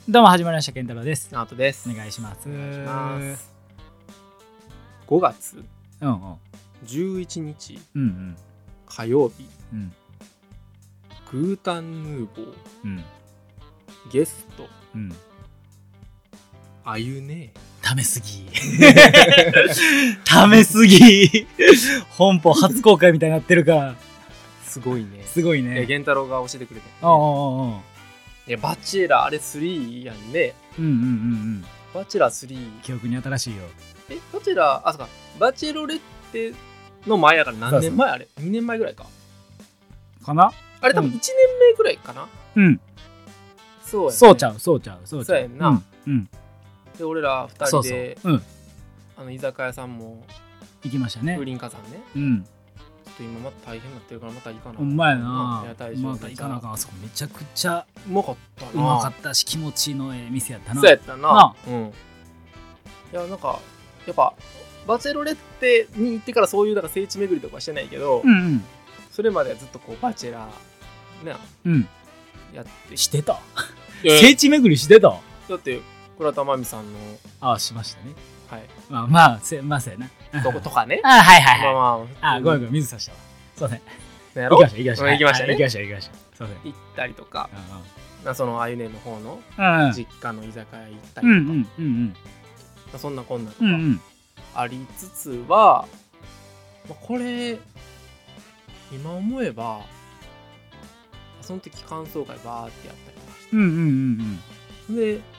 どうも始まりました。健太郎です。 ナオトです。 お願いします。 お願いします。5月うんうん 11日、 うんうん火曜日、 うんグータンヌーボー、 うんゲストうんあゆねためすぎためすぎ本邦初公開みたいになってるからすごいね。 すごいね。 健太郎が教えてくれた、ね。いやバチェラーあれ3やんね。バチェラー3。 記憶に新しいよ。 バチェラー、そうか。バチェロレッテの前やから何年前あれ ?2 年前ぐらいか。 かなあれ多分1年目ぐらいかな。そうやね。 そうちゃう。そうやんな。 うんで、俺ら2人で、 そう居酒屋さんも行きましたね。 風林火山ね。ちょっと今また大変になってるからまた行かな。 うまいな。 また行かなあかん。あそこめちゃくちゃうまかったな。 うまかったし気持ちのええ店やったな。 そうやったな。いやなんかやっぱバチェロレッテに行ってからそういうなんか聖地巡りとかしてないけど、それまではずっとこうバチェラーね、やってしてた。聖地巡りしてた。 だって倉田真美さんのしましたね。はい。まあそうやな。 とかね。 はい。ごめん水差したわ。そうね。行きましたね。そうね。 行ったりとか、そのあゆねの方の実家の居酒屋行ったりとか、そんなこんなとかありつつは、これ今思えばその時感想会バーってやったりとかして、で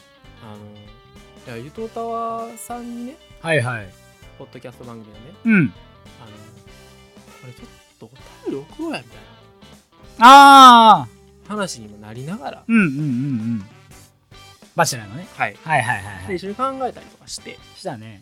ゆとたわさんにね、ポッドキャスト番組のね、これちょっとお便り送ろうやみたいな話にもなりながら、 バチェラーのね、 で一緒に考えたりとかしたね。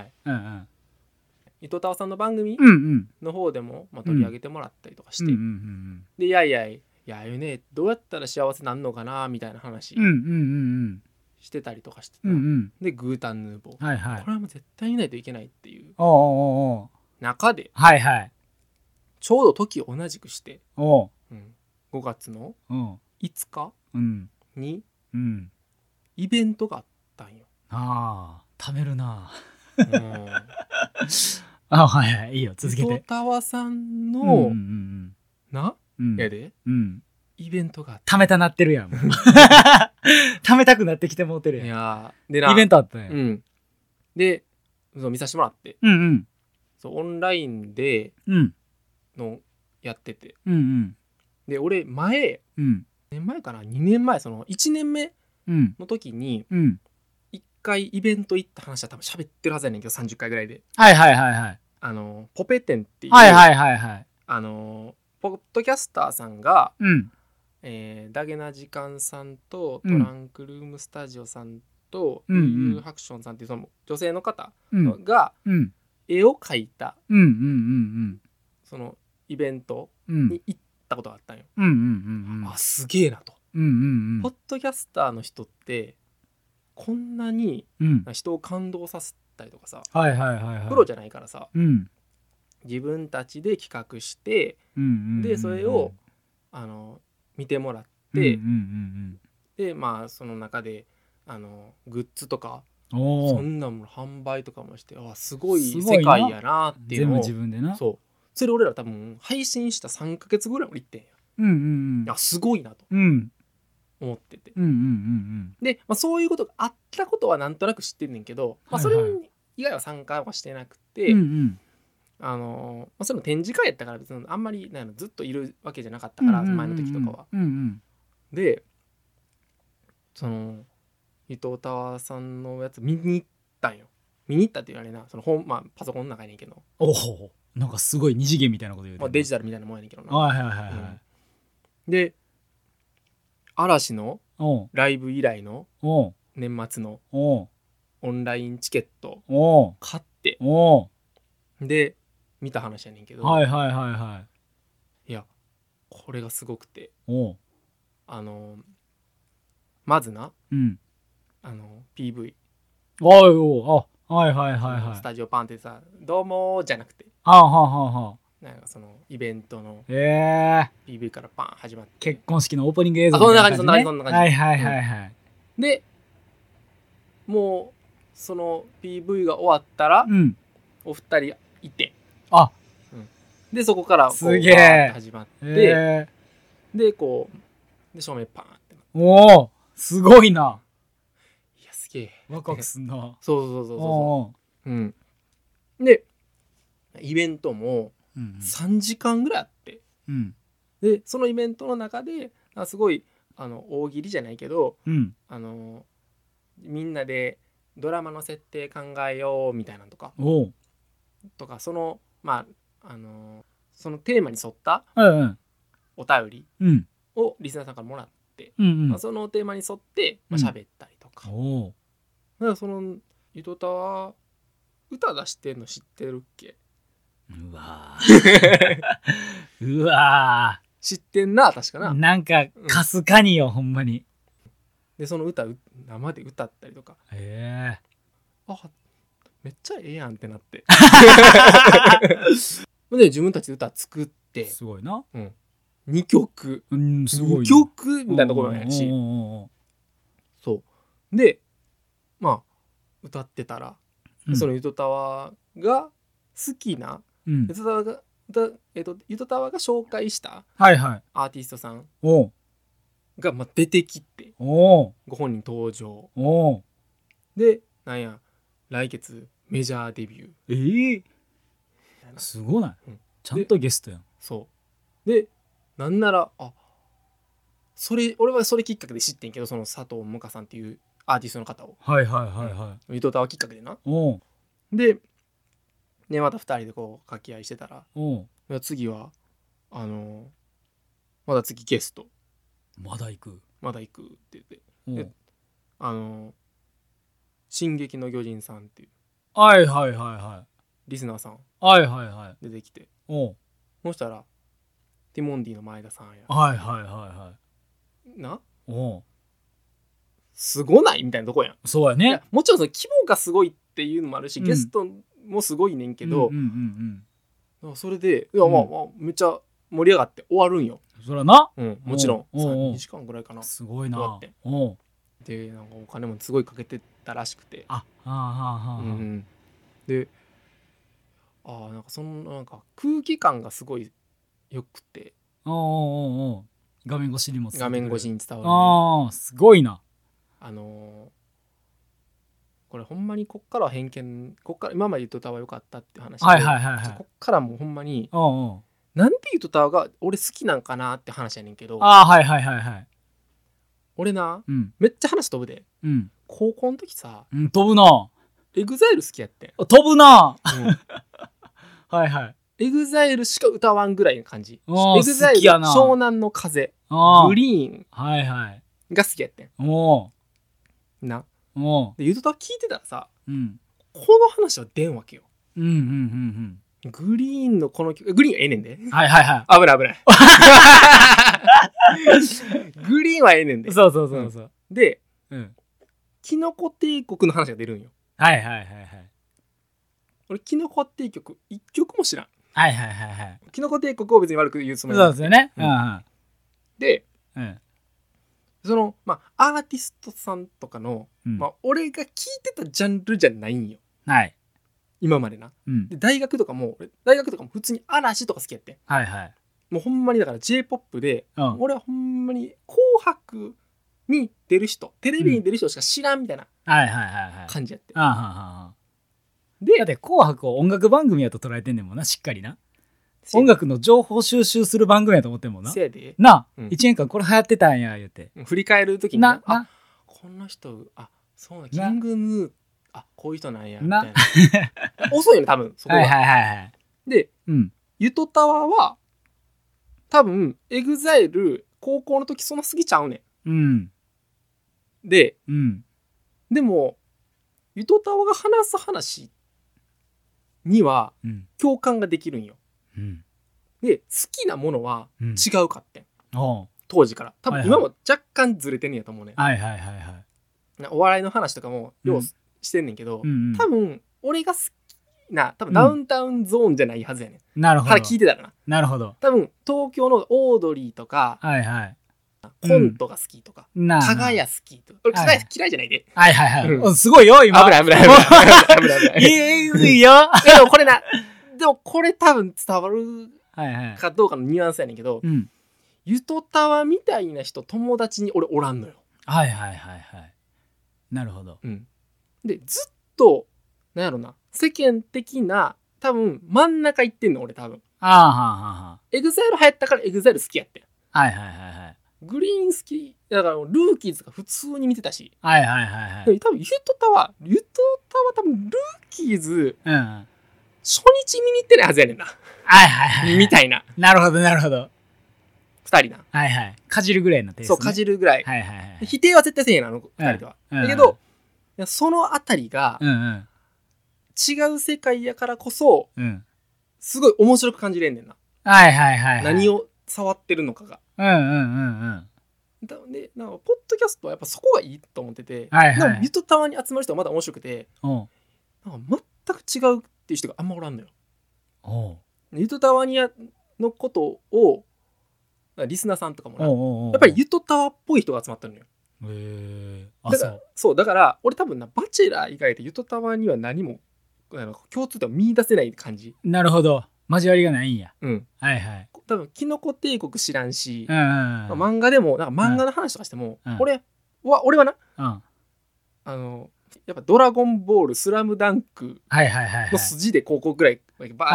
ゆとたわさんの番組の方でも取り上げてもらったりとかして、でいやよね、どうやったら幸せなんのかなみたいな話してたりとかしてた、でグータンヌーボー、これはもう絶対見ないといけないっていう中で、ちょうど時を同じくして、5月の5日にイベントがあったんよ。 ためるな。いいよ続けて。 ゆとたわさんのやでイベントがためたなってるやん。ためたくなってきてもうてるやん。 いやでイベントあったんや。 で見させてもらって、オンラインでのやってて、で俺年前かな、2年前、その1年目の時に1回イベント行った話は多分喋ってるはずやねんけど、30回ぐらいで、ポペテンっていうポッドキャスターさんが、ダゲな時間さんとトランクルームスタジオさんとユーハクションさんっていうその女性の方が絵を描いたそのイベントに行ったことがあったんよ。すげえなと。ポッドキャスターの人ってこんなに人を感動させたりとかさ、プロじゃないからさ、自分たちで企画してでそれを見てもらって、でその中でグッズとかそんなもの販売とかもして、すごい世界やなっていうのを、 全部自分でな。 それ俺ら多分配信した3ヶ月ぐらいも行ってんや。すごいなと思ってて、で、そういうことがあったことはなんとなく知ってんねんけど、それ以外は参加はしてなくて、それも展示会やったから別にあんまりずっといるわけじゃなかったから、前の時とかは。でその伊藤タワーさんのやつ見に行ったんよ。見に行ったって言われな、そのパソコンの中にいんねんけど、 なんかすごい二次元みたいなこと言うてる、 デジタルみたいなもんやねんけどな。で嵐のライブ以来の年末のオンラインチケット買ってで見た話やねんけど、いやこれがすごくて、まずな、PV スタジオパンってさ、どうもじゃなくて、なんかそのイベントの PV からパン始まって、 結婚式のオープニング映像みたいな感じ、そんな感じ、 はいはいはいはい、 でもうその PV が終わったら、お二人いて、でそこからこうすげえ始まって、でこうで照明パーンっておおすごいな。 いやすげえワクワクすんな。 そうでイベントも3時間ぐらいあって、でそのイベントの中ですごい大喜利じゃないけど、みんなでドラマの設定考えようみたいなのとかそのそのテーマに沿ったお便りをリスナーさんからもらって、そのテーマに沿って喋ったりとか、だからそのゆとたわ歌出してんの知ってるっけ？ うわうわ知ってんな確かな。 なんかかすかによ、ほんまに。 でその歌生で歌ったりとか、めっちゃええやんってなってで自分たちで歌作ってすごいな、 2曲、 すごい 2曲みたいなところもやるし、そうで歌ってたら、そのゆとたわが好きな、ゆとたわがゆとたわが紹介したアーティストさんが出てきて、ご本人登場で、なんや来月メジャーデビュー、 すごない、ちゃんとゲストやん。 そうでなんなら俺はそれきっかけで知ってんけど、その佐藤萌歌さんっていうアーティストの方をゆとたわきっかけでな。でまた2人でこう掛け合いしてたら、次はまだ次ゲストまだ行くって言って、進撃の巨人さんっていうリスナーさん出てきて、そしたらティモンディの前田さんやな、すごないみたいなとこやん。 そうやね。 もちろんその規模がすごいっていうのもあるし、ゲストもすごいねんけど、それでめっちゃ盛り上がって終わるんよ。 そらな、 もちろん2時間ぐらいかな。 すごいな。 でなんかお金もすごいかけてたらしくて、でなんかそのなんか空気感がすごいよくて、 画面越しにも画面越しに伝わる、すごいな。 これほんまにこっからは偏見、こっから今までゆとたわ良かったっていう話で、こっからもうほんまになんでゆとたわが俺好きなんかなって話やねんけど、俺な、めっちゃ話飛ぶで、高校の時さ、 飛ぶな。 エグザイル好きやってん。 飛ぶな。 エグザイルしか歌わんぐらいの感じ。エグザイル、湘南の風、グリーンが好きやってん。な。でゆとたわ聞いてたらさ、この話は出んわけよ。グリーンのこの曲、グリーンはええねんで。危ないグリーンはええねんで。で、キノコ帝国の話が出るんよ。俺キノコ帝国1曲も知らん。キノコ帝国を別に悪く言うつもりなんですよね。で、そのアーティストさんとかの、俺が聞いてたジャンルじゃないんよ。今までな。で大学とかも普通に嵐とか好きやってん。もうほんまにだから J-POP で、俺はほんまに紅白に出る人、テレビに出る人しか知らんみたいな感じやって。 で、だって紅白を音楽番組やと捉えてんねんもんな、しっかりな。音楽の情報収集する番組やと思ってんもんな。 せやでな、1年間これ流行ってたんや言うて。 振り返る時にな、この人、そうな、キングヌー、こういう人なんやみたいな。遅いよね多分そこは。で、ゆとたわは多分エグザイル高校の時そんな過ぎちゃうねん。で、でもゆとたわが話す話には共感ができるんよ。で、好きなものは違うかってん。当時から。多分今も若干ずれてんねやと思うね。お笑いの話とかもようしてんねんけど、多分俺が好きな多分ダウンタウンゾーンじゃないはずやねん。 なるほど。 聞いてたらな。 なるほど。 多分東京のオードリーとか、 コントが好きとか、かがや好きとか。俺、かがや嫌いじゃないで。 はいはいはい。すごいよ、今。 危ない危ない危ない危ない危ない。 えぐいよ。 でもこれな、でもこれ多分伝わるかどうかのニュアンスやねんけど、ゆとたわみたいな人、友達に俺おらんのよ。 はいはいはいはい。なるほど。 で、ずっと、なんやろな、世間的な、多分真ん中行ってんの、俺多分。エグザイル流行ったからエグザイル好きやってん。 はいはいはいはい。 グリーン好き。だから、ルーキーズが普通に見てたし。 はいはいはいはい。 多分、ゆとたわ多分、ルーキーズ、初日見に行ってないはずやねんな。 はいはいはい。 みたいな。 なるほどなるほど。 二人な。 はいはい。かじるぐらいのテイスト、ね。 そう、かじるぐらい。 はいはいはい。 否定は絶対せえへんな、二人では。だけど、そのあたりが、違う世界やからこそ、すごい面白く感じれんねんな。 はいはいはい。 何を触ってるのかが。で、なんか、ポッドキャストはやっぱそこがいいと思ってて、でも、ゆとたわに集まる人はまだ面白くて、なんか全く違うっていう人があんまおらんのよ。ゆとたわにのことを、リスナーさんとかもやっぱりゆとたわっぽい人が集まったのよ。だから俺多分な、バチェラー以外でゆとたわには何も共通点を見出せない感じ。 なるほど。交わりがないんや。はいはい。 多分キノコ帝国知らんし、漫画でもなんか漫画の話とかしても、俺はな、やっぱドラゴンボール、スラムダンクの筋で高校ぐらいバーって来てるから。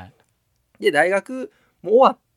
で、大学も終わって、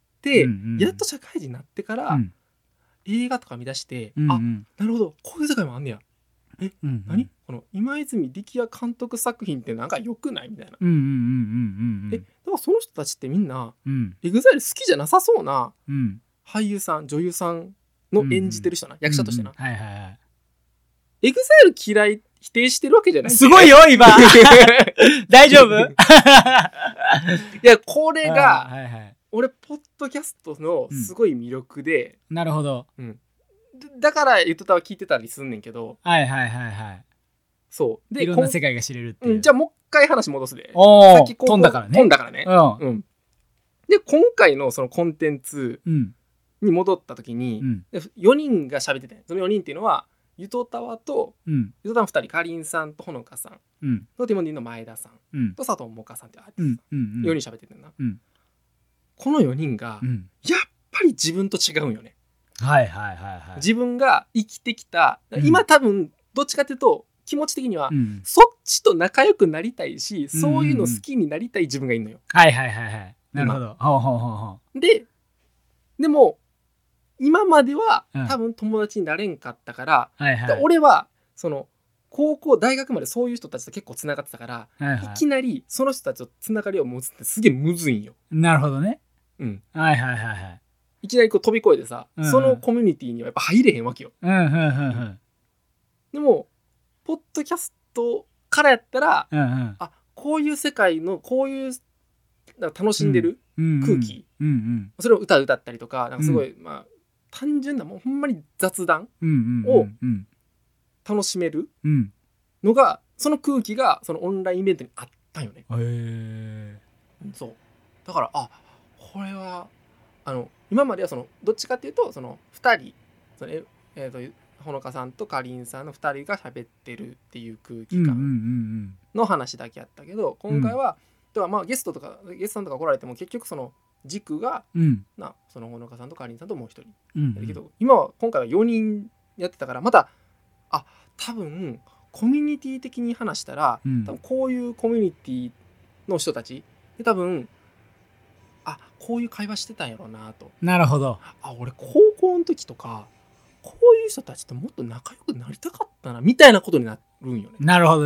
やっと社会人になってから、映画とか見出して、なるほど、こういう世界もあんねや。何この今泉力也監督作品ってなんか良くないみたいな。だからその人たちってみんな、エグザイル好きじゃなさそうな俳優さん、女優さんの演じてる人な、役者としてな。エグザイル嫌い、否定してるわけじゃない。 すごいよ、今。大丈夫？いや、これが、俺、ポッドキャストのすごい魅力で。 なるほど。 だからゆとたわ聞いてたりすんねんけど。そう。 で、いろんな世界が知れるっていう。 じゃあもう一回話戻すで。 さっき飛んだからね。 で、今回のそのコンテンツに戻った時に、4人が喋ってた。その4人っていうのは、ゆとたわと、ゆとたわ2人、かりんさんとほのかさんとティモンディの前田さんと佐藤もかさんってアーティストさん。4人喋っててんな。この4人が、やっぱり自分と違うんよね。自分が生きてきた、今多分どっちかっていうと気持ち的には、そっちと仲良くなりたいし、そういうの好きになりたい自分がいるのよ。 なるほど。 でも今までは多分友達になれんかったから、俺はその高校大学までそういう人たちと結構つながってたから、いきなりその人たちとつながりを持つってすげえむずいんよ。 なるほどね。 いきなりこう飛び越えてさ、そのコミュニティにはやっぱ入れへんわけよ。でもポッドキャストからやったら、あ、こういう世界のこういう楽しんでる空気、それを歌ったりとか、なんかすごい、まあ単純なもうほんまに雑談を楽しめるのが、その空気がそのオンラインイベントにあったんよね。そうだから、あ、これは今まではそのどっちかっていうとその2人そのほのかさんとかりんさんの2人が喋ってるっていう空気感の話だけやったけど、今回は、まあゲストさんとか来られても結局その軸が、そのほのかさんとかりんさんともう1人だけど、今回は4人やってたから、また多分コミュニティ的に話したら、多分こういうコミュニティの人たちで多分こういう会話してたんやろうなと。 なるほど。 俺高校の時とかこういう人たちともっと仲良くなりたかったなみたいなことになるんよね。 なるほど。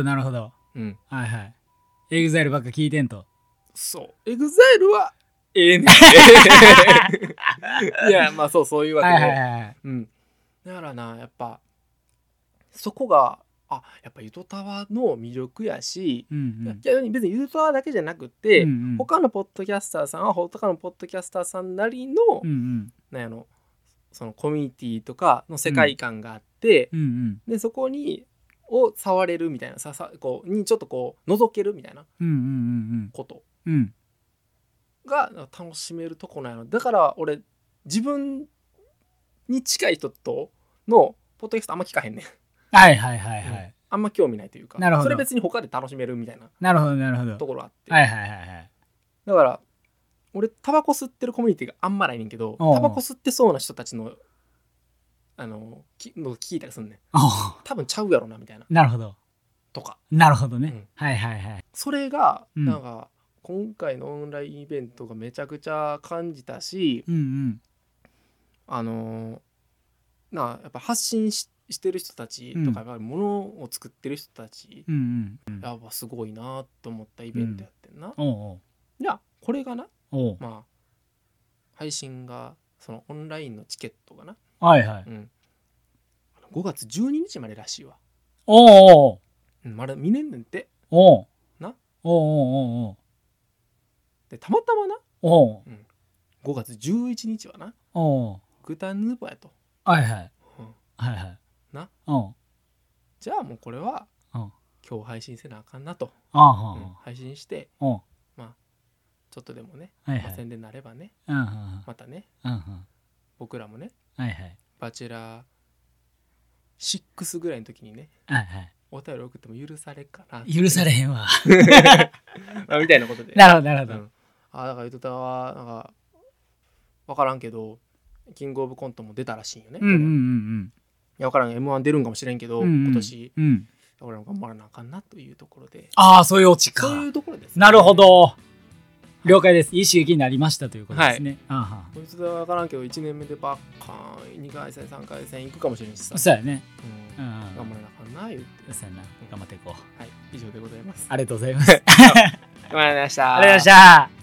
エグザイルばっか聞いてんと。 そう。エグザイルはねんいや、まあそういうわけで。だからな、やっぱそこがやっぱゆとたわの魅力やし、別にゆとたわだけじゃなくて、他のポッドキャスターさんは他のポッドキャスターさんなりの、なんやろ、そのコミュニティとかの世界観があって、でそこを触れるみたいなこうにちょっとこう覗けるみたいなことが楽しめるとこなんやろ。だから俺自分に近い人とのポッドキャストあんま聞かへんねん。 はいはいはいはい。 あんま興味ないというか、 なるほど。 それ別に他で楽しめるみたいな。 なるほどなるほど。 ところあって。 はいはいはいはい。 だから俺タバコ吸ってるコミュニティがあんまないねんけど、タバコ吸ってそうな人たちの聞いたりすんねん。多分ちゃうやろなみたいな。 なるほど。 とか。 なるほどね。はいはいはい。 それがなんか今回のオンラインイベントがめちゃくちゃ感じたし、やっぱ発信してる人たちとか、やっぱり物を作ってる人たち、やっぱすごいなと思ったイベントやってんな。じゃあこれがな、まあ配信がそのオンラインのチケットがな、 はいはい、 5月12日までらしいわ。まだ見れんねんて。な。でたまたまな、5月11日はな、グタヌーボやと。はいはいはいはい。な。じゃあもうこれは今日配信せなあかんなと。配信して、まあちょっとでもね、宣伝になればね、またね、僕らもね、バチェラー6ぐらいの時にね、お便り送っても許されっかな。 許されへんわ。 みたいなことで。 なるほどなるほど。 だから言うとたはなんか分からんけど、キングオブコントも出たらしいよね。いや分からん、M1 出るんかもしれんけど、今年俺も頑張らなあかんなというところで。 ああ、そういうオチか。 そういうところです。 なるほど。了解です。いい刺激になりましたということですね。 こいつは分からんけど1年目でばっか2回戦3回戦行くかもしれんしさ。 そうやね。 頑張らなあかんな言って。 そうやな。頑張っていこう。 はい、以上でございます。 ありがとうございます。 ありがとうございました。 ありがとうございました。